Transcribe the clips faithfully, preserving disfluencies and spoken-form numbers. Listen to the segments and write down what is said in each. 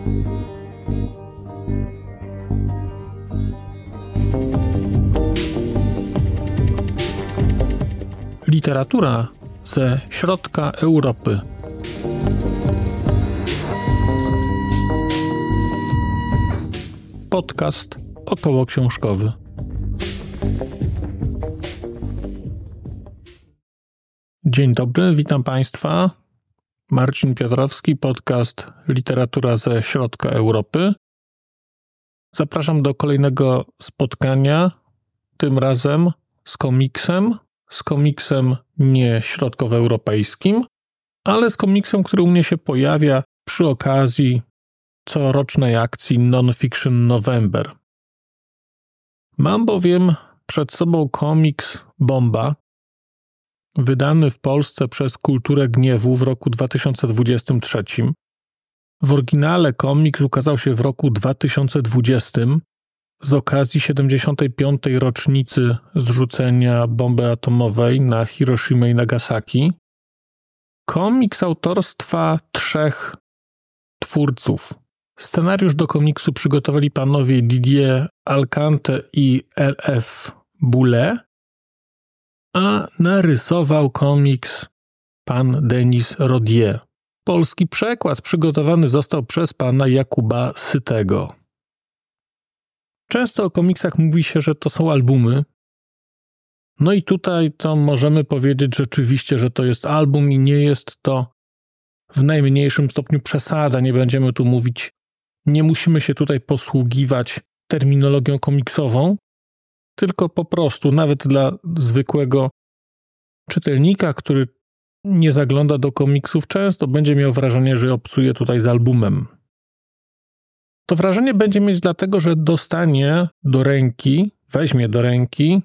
Literatura ze środka Europy. Podcast okołoksiążkowy. Dzień dobry, witam Państwa. Marcin Piotrowski, podcast Literatura ze środka Europy. Zapraszam do kolejnego spotkania, tym razem z komiksem. Z komiksem nie środkowoeuropejskim, ale z komiksem, który u mnie się pojawia przy okazji corocznej akcji Non-Fiction November. Mam bowiem przed sobą komiks Bomba, wydany w Polsce przez Kulturę Gniewu w roku dwa tysiące dwudziestym trzecim. W oryginale komiks ukazał się w roku dwa tysiące dwudziestym z okazji siedemdziesiątej piątej rocznicy zrzucenia bomby atomowej na Hiroshimę i Nagasaki. Komiks autorstwa trzech twórców. Scenariusz do komiksu przygotowali panowie Didier Alcante i L F Boulet, a narysował komiks pan Denis Rodier. Polski przekład przygotowany został przez pana Jakuba Sytego. Często o komiksach mówi się, że to są albumy. No i tutaj to możemy powiedzieć rzeczywiście, że to jest album i nie jest to w najmniejszym stopniu przesada. Nie będziemy tu mówić, nie musimy się tutaj posługiwać terminologią komiksową, tylko po prostu nawet dla zwykłego czytelnika, który nie zagląda do komiksów, często będzie miał wrażenie, że obcuje tutaj z albumem. To wrażenie będzie mieć dlatego, że dostanie do ręki, weźmie do ręki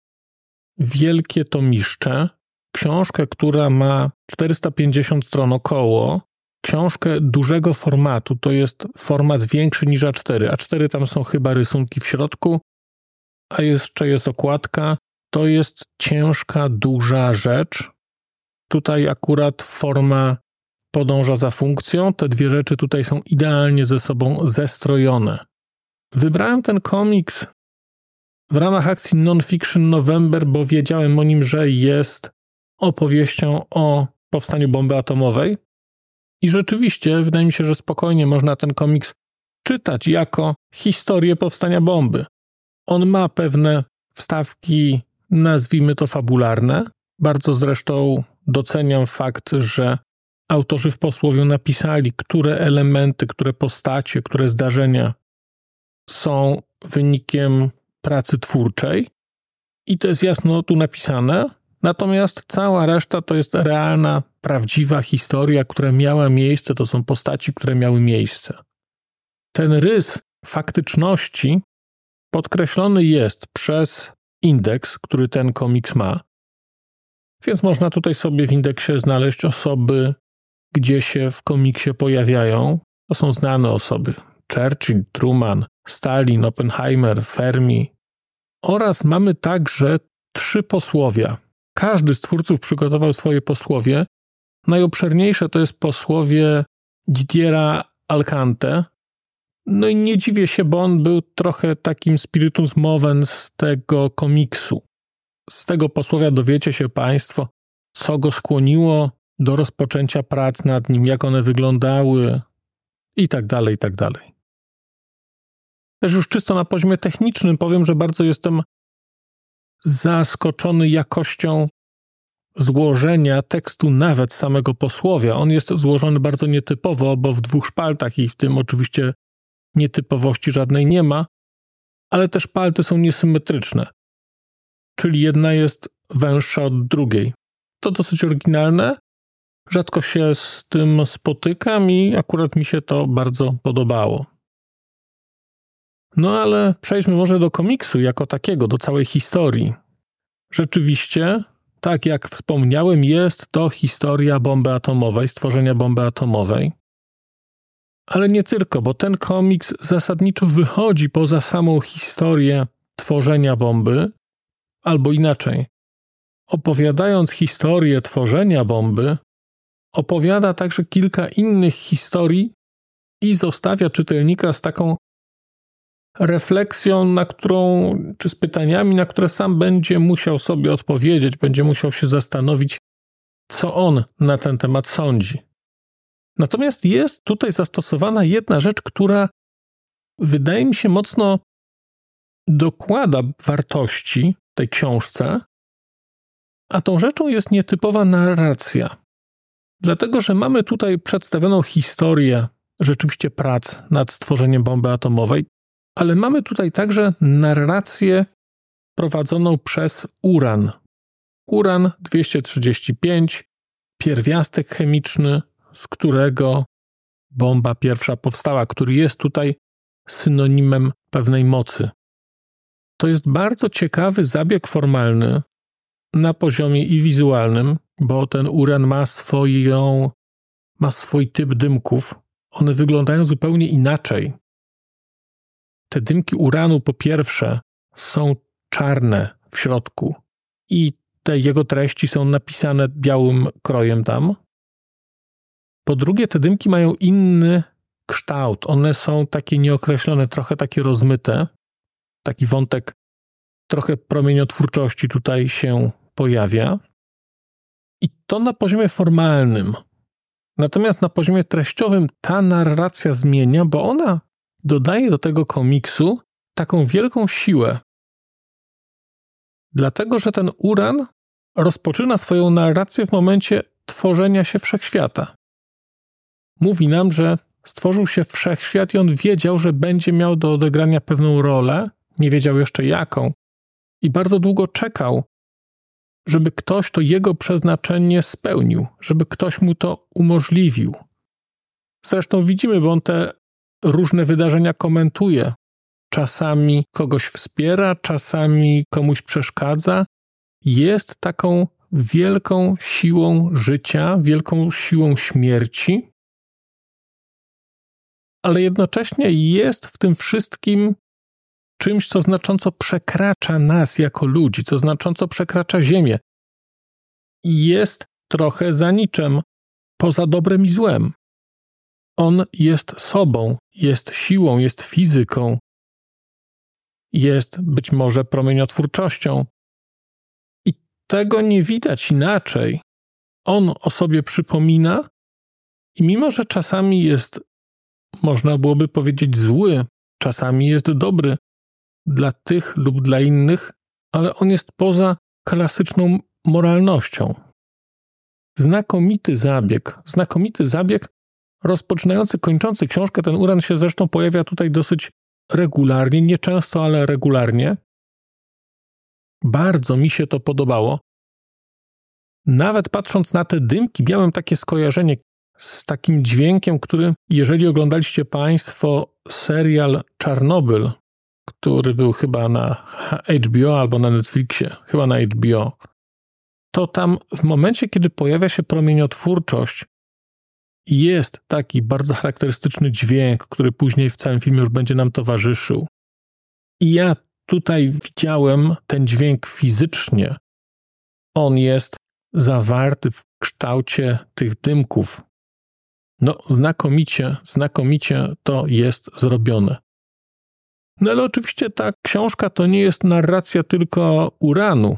wielkie tomiszcze, książkę, która ma czterysta pięćdziesiąt stron około, książkę dużego formatu, to jest format większy niż A cztery. A cztery tam są chyba rysunki w środku, a jeszcze jest okładka. To jest ciężka, duża rzecz. Tutaj akurat forma podąża za funkcją. Te dwie rzeczy tutaj są idealnie ze sobą zestrojone. Wybrałem ten komiks w ramach akcji Non-Fiction November, bo wiedziałem o nim, że jest opowieścią o powstaniu bomby atomowej. I rzeczywiście, wydaje mi się, że spokojnie można ten komiks czytać jako historię powstania bomby. On ma pewne wstawki, nazwijmy to fabularne. Bardzo zresztą doceniam fakt, że autorzy w posłowiu napisali, które elementy, które postacie, które zdarzenia są wynikiem pracy twórczej. I to jest jasno tu napisane. Natomiast cała reszta to jest realna, prawdziwa historia, która miała miejsce. To są postaci, które miały miejsce. Ten rys faktyczności podkreślony jest przez indeks, który ten komiks ma. Więc można tutaj sobie w indeksie znaleźć osoby, gdzie się w komiksie pojawiają. To są znane osoby. Churchill, Truman, Stalin, Oppenheimer, Fermi. Oraz mamy także trzy posłowia. Każdy z twórców przygotował swoje posłowie. Najobszerniejsze to jest posłowie Didiera Alcante. No i nie dziwię się, bo on był trochę takim spiritus movens tego komiksu. Z tego posłowia dowiecie się Państwo, co go skłoniło do rozpoczęcia prac nad nim, jak one wyglądały i tak dalej, i tak dalej. Też już czysto na poziomie technicznym powiem, że bardzo jestem zaskoczony jakością złożenia tekstu nawet samego posłowia. On jest złożony bardzo nietypowo, bo w dwóch szpaltach i w tym oczywiście nietypowości żadnej nie ma, ale te szpalty są niesymetryczne. Czyli jedna jest węższa od drugiej. To dosyć oryginalne. Rzadko się z tym spotykam i akurat mi się to bardzo podobało. No ale przejdźmy może do komiksu jako takiego, do całej historii. Rzeczywiście, tak jak wspomniałem, jest to historia bomby atomowej, stworzenia bomby atomowej. Ale nie tylko, bo ten komiks zasadniczo wychodzi poza samą historię tworzenia bomby, albo inaczej. Opowiadając historię tworzenia bomby, opowiada także kilka innych historii i zostawia czytelnika z taką refleksją, na którą, czy z pytaniami, na które sam będzie musiał sobie odpowiedzieć, będzie musiał się zastanowić, co on na ten temat sądzi. Natomiast jest tutaj zastosowana jedna rzecz, która wydaje mi się mocno dokłada wartości tej książce, a tą rzeczą jest nietypowa narracja. Dlatego, że mamy tutaj przedstawioną historię rzeczywiście prac nad stworzeniem bomby atomowej, ale mamy tutaj także narrację prowadzoną przez uran. Uran dwieście trzydzieści pięć, pierwiastek chemiczny, z którego bomba pierwsza powstała, który jest tutaj synonimem pewnej mocy. To jest bardzo ciekawy zabieg formalny na poziomie i wizualnym, bo ten uran ma swoją, ma swój typ dymków. One wyglądają zupełnie inaczej. Te dymki uranu po pierwsze są czarne w środku i te jego treści są napisane białym krojem tam. Po drugie, te dymki mają inny kształt. One są takie nieokreślone, trochę takie rozmyte. Taki wątek trochę promieniotwórczości tutaj się pojawia. I to na poziomie formalnym. Natomiast na poziomie treściowym ta narracja zmienia, bo ona dodaje do tego komiksu taką wielką siłę. Dlatego, że ten uran rozpoczyna swoją narrację w momencie tworzenia się wszechświata. Mówi nam, że stworzył się wszechświat i on wiedział, że będzie miał do odegrania pewną rolę, nie wiedział jeszcze jaką. I bardzo długo czekał, żeby ktoś to jego przeznaczenie spełnił, żeby ktoś mu to umożliwił. Zresztą widzimy, bo on te różne wydarzenia komentuje. Czasami kogoś wspiera, czasami komuś przeszkadza. Jest taką wielką siłą życia, wielką siłą śmierci, ale jednocześnie jest w tym wszystkim czymś, co znacząco przekracza nas jako ludzi, co znacząco przekracza Ziemię. I jest trochę za niczym, poza dobrem i złem. On jest sobą, jest siłą, jest fizyką, jest być może promieniotwórczością. I tego nie widać inaczej. On o sobie przypomina i mimo, że czasami jest, można byłoby powiedzieć, zły, czasami jest dobry dla tych lub dla innych, ale on jest poza klasyczną moralnością. Znakomity zabieg, znakomity zabieg rozpoczynający, kończący książkę. Ten uran się zresztą pojawia tutaj dosyć regularnie, nie często, ale regularnie. Bardzo mi się to podobało. Nawet patrząc na te dymki, miałem takie skojarzenie z takim dźwiękiem, który, jeżeli oglądaliście Państwo serial Czarnobyl, który był chyba na H B O albo na Netflixie, chyba na H B O, to tam w momencie, kiedy pojawia się promieniotwórczość, jest taki bardzo charakterystyczny dźwięk, który później w całym filmie już będzie nam towarzyszył. I ja tutaj widziałem ten dźwięk fizycznie. On jest zawarty w kształcie tych dymków. No, znakomicie, znakomicie to jest zrobione. No ale oczywiście ta książka to nie jest narracja tylko uranu.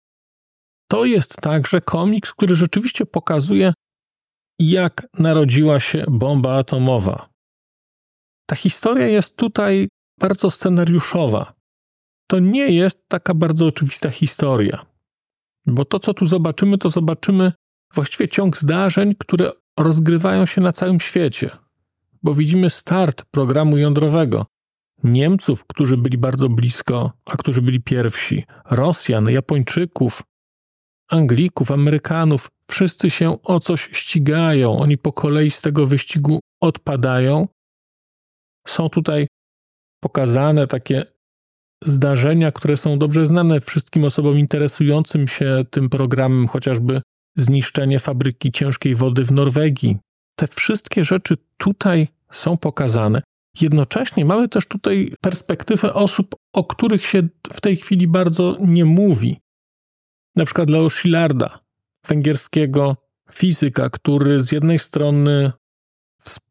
To jest także komiks, który rzeczywiście pokazuje, jak narodziła się bomba atomowa. Ta historia jest tutaj bardzo scenariuszowa. To nie jest taka bardzo oczywista historia. Bo to, co tu zobaczymy, to zobaczymy właściwie ciąg zdarzeń, które rozgrywają się na całym świecie. Bo widzimy start programu jądrowego. Niemców, którzy byli bardzo blisko, a którzy byli pierwsi. Rosjan, Japończyków, Anglików, Amerykanów. Wszyscy się o coś ścigają. Oni po kolei z tego wyścigu odpadają. Są tutaj pokazane takie zdarzenia, które są dobrze znane wszystkim osobom interesującym się tym programem, chociażby zniszczenie fabryki ciężkiej wody w Norwegii. Te wszystkie rzeczy tutaj są pokazane. Jednocześnie mamy też tutaj perspektywę osób, o których się w tej chwili bardzo nie mówi. Na przykład Leo Szillarda, węgierskiego fizyka, który z jednej strony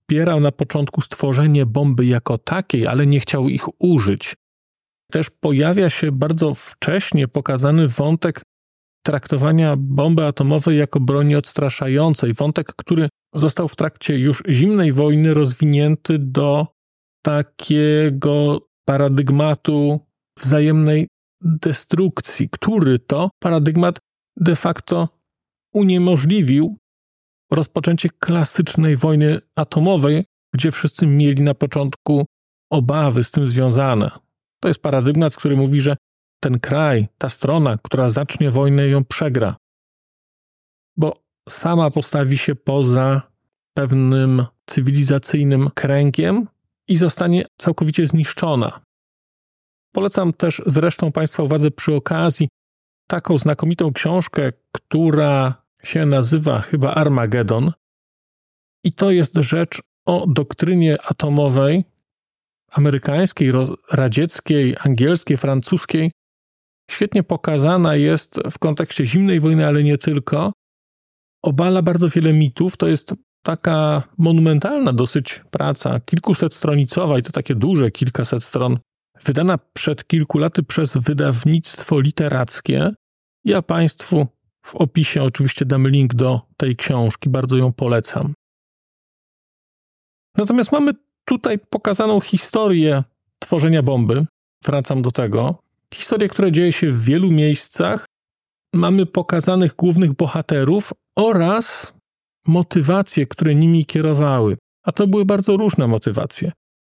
wspierał na początku stworzenie bomby jako takiej, ale nie chciał ich użyć. Też pojawia się bardzo wcześnie pokazany wątek traktowania bomby atomowej jako broni odstraszającej. Wątek, który został w trakcie już zimnej wojny rozwinięty do takiego paradygmatu wzajemnej destrukcji, który to paradygmat de facto uniemożliwił rozpoczęcie klasycznej wojny atomowej, gdzie wszyscy mieli na początku obawy z tym związane. To jest paradygmat, który mówi, że ten kraj, ta strona, która zacznie wojnę, ją przegra, bo sama postawi się poza pewnym cywilizacyjnym kręgiem i zostanie całkowicie zniszczona. Polecam też zresztą Państwa uwadze przy okazji taką znakomitą książkę, która się nazywa chyba Armagedon i to jest rzecz o doktrynie atomowej amerykańskiej, radzieckiej, angielskiej, francuskiej. Świetnie pokazana jest w kontekście zimnej wojny, ale nie tylko. Obala bardzo wiele mitów. To jest taka monumentalna dosyć praca, kilkusetstronicowa i to takie duże, kilkaset stron, wydana przed kilku laty przez wydawnictwo literackie. Ja Państwu w opisie oczywiście dam link do tej książki, bardzo ją polecam. Natomiast mamy tutaj pokazaną historię tworzenia bomby. Wracam do tego. Historię, która dzieje się w wielu miejscach. Mamy pokazanych głównych bohaterów oraz motywacje, które nimi kierowały. A to były bardzo różne motywacje.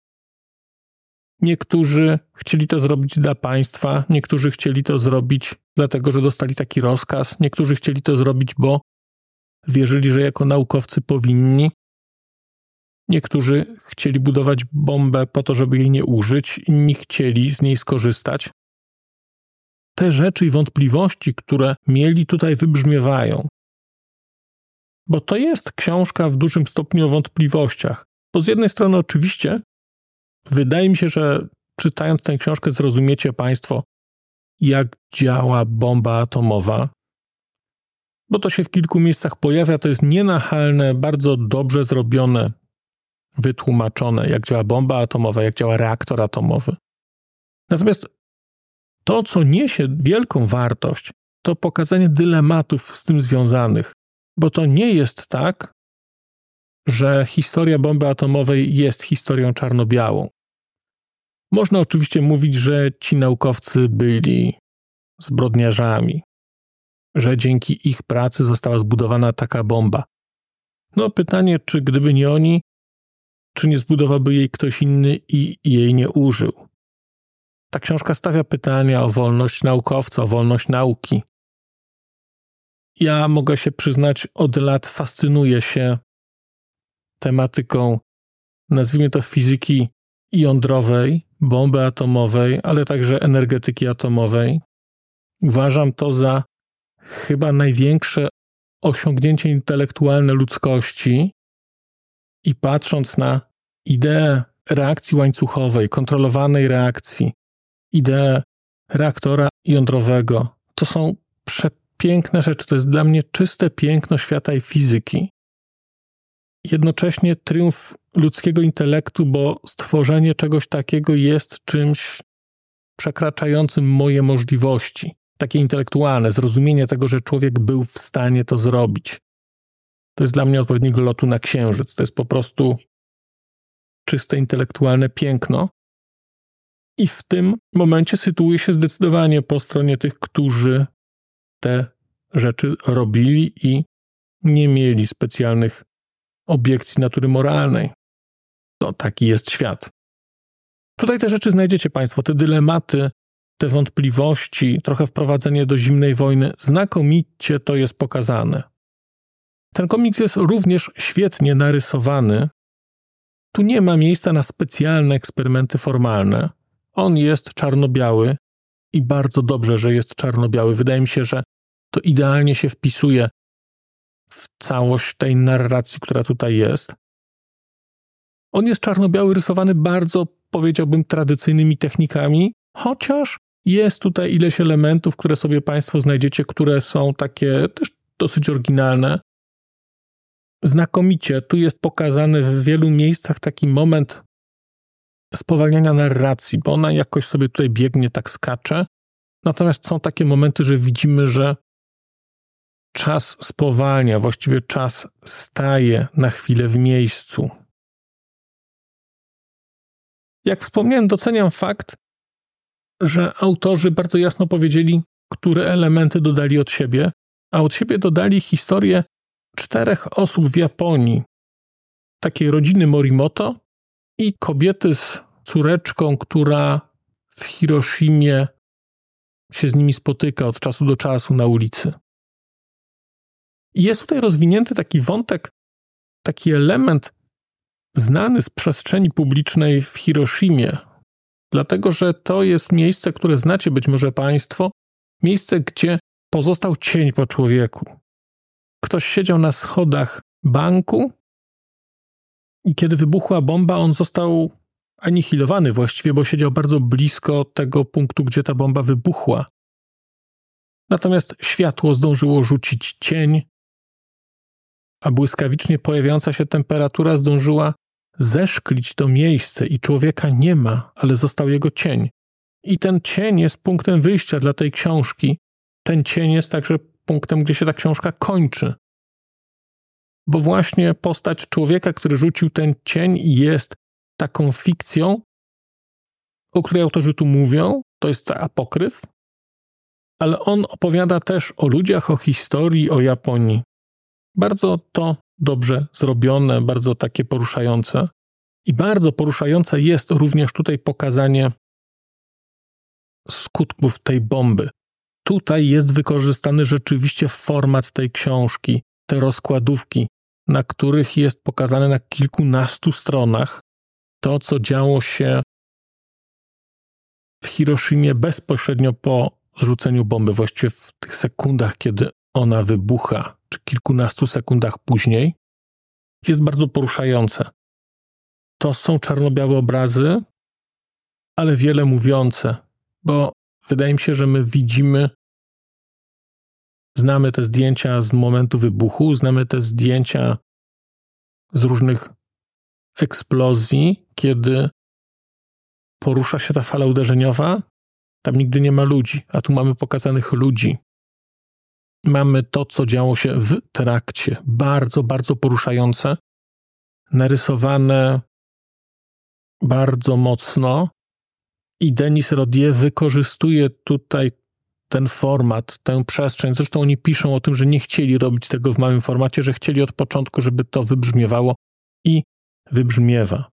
Niektórzy chcieli to zrobić dla państwa, niektórzy chcieli to zrobić dlatego, że dostali taki rozkaz, niektórzy chcieli to zrobić, bo wierzyli, że jako naukowcy powinni. Niektórzy chcieli budować bombę po to, żeby jej nie użyć, inni chcieli z niej skorzystać. Te rzeczy i wątpliwości, które mieli, tutaj wybrzmiewają. Bo to jest książka w dużym stopniu o wątpliwościach. Bo z jednej strony oczywiście wydaje mi się, że czytając tę książkę zrozumiecie Państwo, jak działa bomba atomowa. Bo to się w kilku miejscach pojawia, to jest nienachalne, bardzo dobrze zrobione, wytłumaczone, jak działa bomba atomowa, jak działa reaktor atomowy. Natomiast to, co niesie wielką wartość, to pokazanie dylematów z tym związanych. Bo to nie jest tak, że historia bomby atomowej jest historią czarno-białą. Można oczywiście mówić, że ci naukowcy byli zbrodniarzami, że dzięki ich pracy została zbudowana taka bomba. No pytanie, czy gdyby nie oni, czy nie zbudowałby jej ktoś inny i jej nie użył. Ta książka stawia pytania o wolność naukowca, o wolność nauki. Ja mogę się przyznać, od lat fascynuję się tematyką, nazwijmy to fizyki jądrowej, bomby atomowej, ale także energetyki atomowej. Uważam to za chyba największe osiągnięcie intelektualne ludzkości i patrząc na ideę reakcji łańcuchowej, kontrolowanej reakcji, ideę reaktora jądrowego, to są przepiękne rzeczy. To jest dla mnie czyste piękno świata i fizyki. Jednocześnie triumf ludzkiego intelektu, bo stworzenie czegoś takiego jest czymś przekraczającym moje możliwości. Takie intelektualne, zrozumienie tego, że człowiek był w stanie to zrobić. To jest dla mnie odpowiedniego lotu na księżyc. To jest po prostu czyste intelektualne piękno. I w tym momencie sytuuję się zdecydowanie po stronie tych, którzy te rzeczy robili i nie mieli specjalnych obiekcji natury moralnej. To taki jest świat. Tutaj te rzeczy znajdziecie Państwo, te dylematy, te wątpliwości, trochę wprowadzenie do zimnej wojny. Znakomicie to jest pokazane. Ten komiks jest również świetnie narysowany. Tu nie ma miejsca na specjalne eksperymenty formalne. On jest czarno-biały i bardzo dobrze, że jest czarno-biały. Wydaje mi się, że to idealnie się wpisuje w całość tej narracji, która tutaj jest. On jest czarno-biały, rysowany bardzo, powiedziałbym, tradycyjnymi technikami, chociaż jest tutaj ileś elementów, które sobie Państwo znajdziecie, które są takie też dosyć oryginalne. znakomicie. Tu jest pokazany w wielu miejscach taki moment spowalniania narracji, bo ona jakoś sobie tutaj biegnie, tak skacze. Natomiast są takie momenty, że widzimy, że czas spowalnia, właściwie czas staje na chwilę w miejscu. Jak wspomniałem, doceniam fakt, że autorzy bardzo jasno powiedzieli, które elementy dodali od siebie, a od siebie dodali historię czterech osób w Japonii, takiej rodziny Morimoto i kobiety z córeczką, która w Hiroshimie się z nimi spotyka od czasu do czasu na ulicy. I jest tutaj rozwinięty taki wątek, taki element znany z przestrzeni publicznej w Hiroshimie, dlatego że to jest miejsce, które znacie być może Państwo, miejsce, gdzie pozostał cień po człowieku. Ktoś siedział na schodach banku i kiedy wybuchła bomba, on został anihilowany właściwie, bo siedział bardzo blisko tego punktu, gdzie ta bomba wybuchła. Natomiast światło zdążyło rzucić cień, a błyskawicznie pojawiająca się temperatura zdążyła zeszklić to miejsce i człowieka nie ma, ale został jego cień. I ten cień jest punktem wyjścia dla tej książki. Ten cień jest także punktem, gdzie się ta książka kończy. Bo właśnie postać człowieka, który rzucił ten cień, jest taką fikcją, o której autorzy tu mówią. To jest apokryf, ale on opowiada też o ludziach, o historii, o Japonii. Bardzo to dobrze zrobione, bardzo takie poruszające. I bardzo poruszające jest również tutaj pokazanie skutków tej bomby. Tutaj jest wykorzystany rzeczywiście format tej książki, te rozkładówki, na których jest pokazane na kilkunastu stronach to, co działo się w Hiroshimie bezpośrednio po zrzuceniu bomby, właściwie w tych sekundach, kiedy ona wybucha, czy kilkunastu sekundach później, jest bardzo poruszające. To są czarno-białe obrazy, ale wiele mówiące, bo wydaje mi się, że my widzimy, znamy te zdjęcia z momentu wybuchu, znamy te zdjęcia z różnych eksplozji, kiedy porusza się ta fala uderzeniowa, tam nigdy nie ma ludzi, a tu mamy pokazanych ludzi. Mamy to, co działo się w trakcie, bardzo, bardzo poruszające, narysowane bardzo mocno i Denis Rodier wykorzystuje tutaj ten format, tę przestrzeń. Zresztą oni piszą o tym, że nie chcieli robić tego w małym formacie, że chcieli od początku, żeby to wybrzmiewało i wybrzmiewa.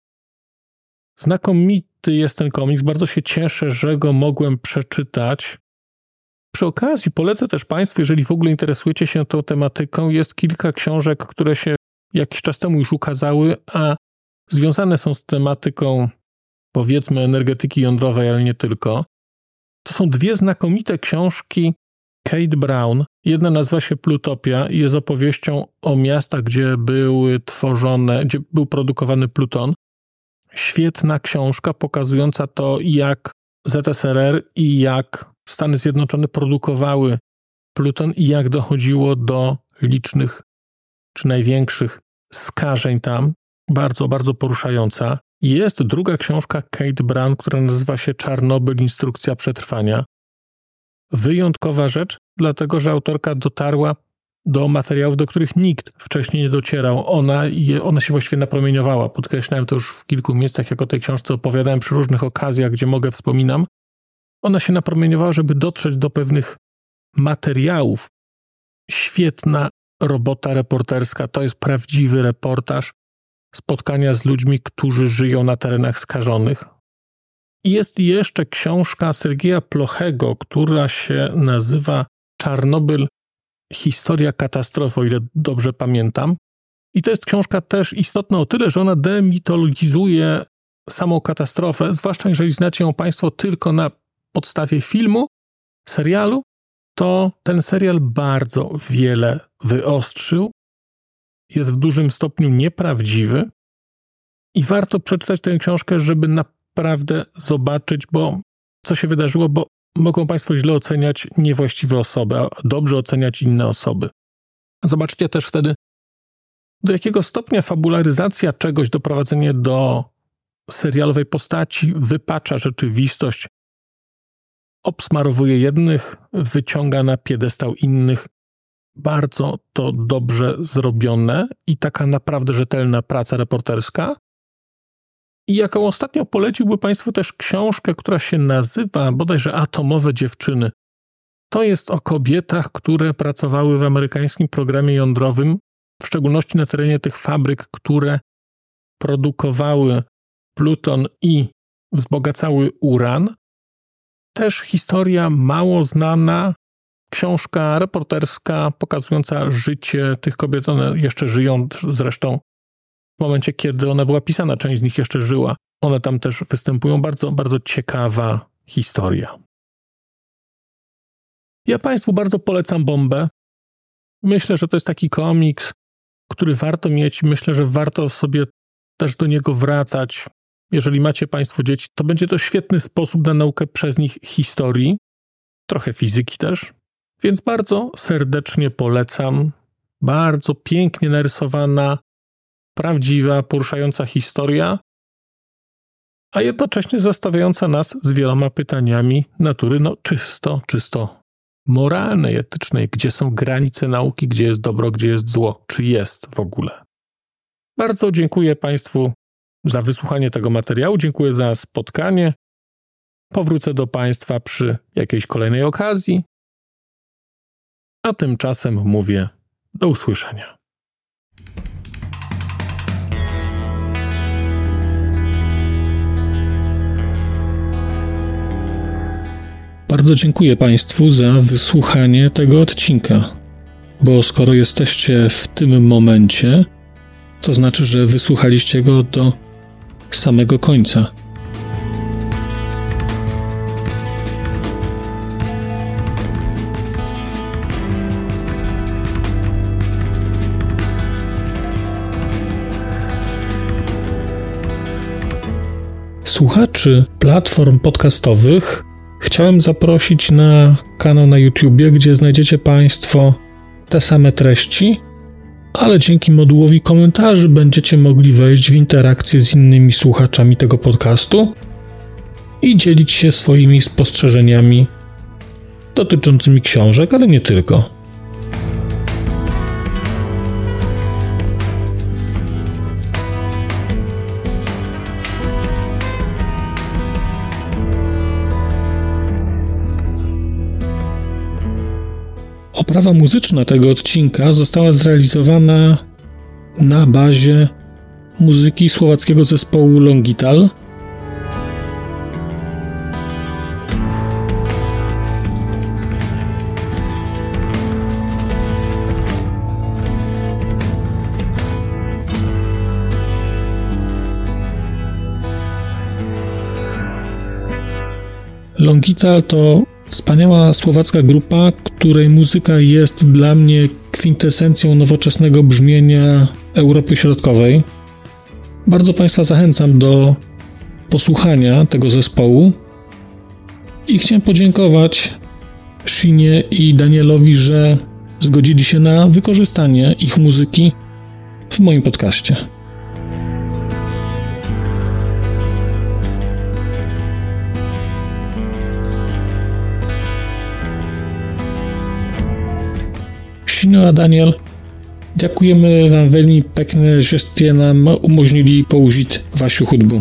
Znakomity jest ten komiks, bardzo się cieszę, że go mogłem przeczytać. Przy okazji polecę też Państwu, jeżeli w ogóle interesujecie się tą tematyką, jest kilka książek, które się jakiś czas temu już ukazały, a związane są z tematyką, powiedzmy, energetyki jądrowej, ale nie tylko. To są dwie znakomite książki Kate Brown. Jedna nazywa się Plutopia i jest opowieścią o miastach, gdzie były tworzone, gdzie był produkowany pluton. Świetna książka pokazująca to, jak Z S R R i jak Stany Zjednoczone produkowały pluton i jak dochodziło do licznych czy największych skażeń tam. Bardzo, bardzo poruszająca. Jest druga książka Kate Brown, która nazywa się Czarnobyl, instrukcja przetrwania. Wyjątkowa rzecz, dlatego że autorka dotarła do materiałów, do których nikt wcześniej nie docierał. Ona, je, ona się właściwie napromieniowała. Podkreślałem to już w kilku miejscach, jak o tej książce opowiadałem przy różnych okazjach, gdzie mogę, wspominam. Ona się napromieniowała, żeby dotrzeć do pewnych materiałów. Świetna robota reporterska, to jest prawdziwy reportaż spotkania z ludźmi, którzy żyją na terenach skażonych. I jest jeszcze książka Sergeja Plochego, która się nazywa Czarnobyl, historia katastrofy, o ile dobrze pamiętam. I to jest książka też istotna o tyle, że ona demitologizuje samą katastrofę, zwłaszcza jeżeli znacie ją Państwo tylko na podstawie filmu, serialu, to ten serial bardzo wiele wyostrzył, jest w dużym stopniu nieprawdziwy i warto przeczytać tę książkę, żeby naprawdę zobaczyć, bo co się wydarzyło, bo mogą Państwo źle oceniać niewłaściwe osoby, a dobrze oceniać inne osoby. Zobaczcie też wtedy, do jakiego stopnia fabularyzacja czegoś, doprowadzenie do serialowej postaci wypacza rzeczywistość, obsmarowuje jednych, wyciąga na piedestał innych. Bardzo to dobrze zrobione i taka naprawdę rzetelna praca reporterska. I jaką ostatnio poleciłby Państwu też książkę, która się nazywa bodajże Atomowe dziewczyny. To jest o kobietach, które pracowały w amerykańskim programie jądrowym, w szczególności na terenie tych fabryk, które produkowały pluton i wzbogacały uran. Też historia mało znana, książka reporterska pokazująca życie tych kobiet. One jeszcze żyją zresztą w momencie, kiedy ona była pisana, część z nich jeszcze żyła. One tam też występują. Bardzo, bardzo ciekawa historia. Ja Państwu bardzo polecam Bombę. Myślę, że to jest taki komiks, który warto mieć. Myślę, że warto sobie też do niego wracać. Jeżeli macie Państwo dzieci, to będzie to świetny sposób na naukę przez nich historii, trochę fizyki też. Więc bardzo serdecznie polecam. Bardzo pięknie narysowana, prawdziwa, poruszająca historia, a jednocześnie zastawiająca nas z wieloma pytaniami natury no czysto, czysto moralnej, etycznej. Gdzie są granice nauki, gdzie jest dobro, gdzie jest zło, czy jest w ogóle. Bardzo dziękuję Państwu za wysłuchanie tego materiału, dziękuję za spotkanie. Powrócę do Państwa przy jakiejś kolejnej okazji, a tymczasem mówię do usłyszenia. Bardzo dziękuję Państwu za wysłuchanie tego odcinka, bo skoro jesteście w tym momencie, to znaczy, że wysłuchaliście go do samego końca. Słuchaczy platform podcastowych chciałem zaprosić na kanał na YouTubie, gdzie znajdziecie Państwo te same treści, ale dzięki modułowi komentarzy będziecie mogli wejść w interakcję z innymi słuchaczami tego podcastu i dzielić się swoimi spostrzeżeniami dotyczącymi książek, ale nie tylko. Oprawa muzyczna tego odcinka została zrealizowana na bazie muzyki słowackiego zespołu Longital. Longital to wspaniała słowacka grupa, której muzyka jest dla mnie kwintesencją nowoczesnego brzmienia Europy Środkowej. Bardzo Państwa zachęcam do posłuchania tego zespołu i chciałem podziękować Shinie i Danielowi, że zgodzili się na wykorzystanie ich muzyki w moim podcaście. Shino a Daniel, ďakujeme vám veľmi pekne, že ste nám umožnili použiť vašu hudbu.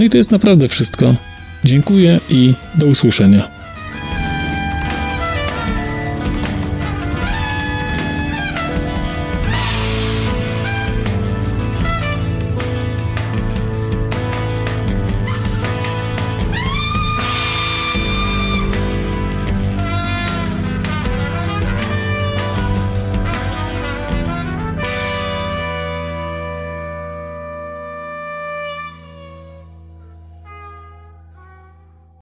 No i to jest naprawdę wszystko. Dziękuję i do usłyszenia.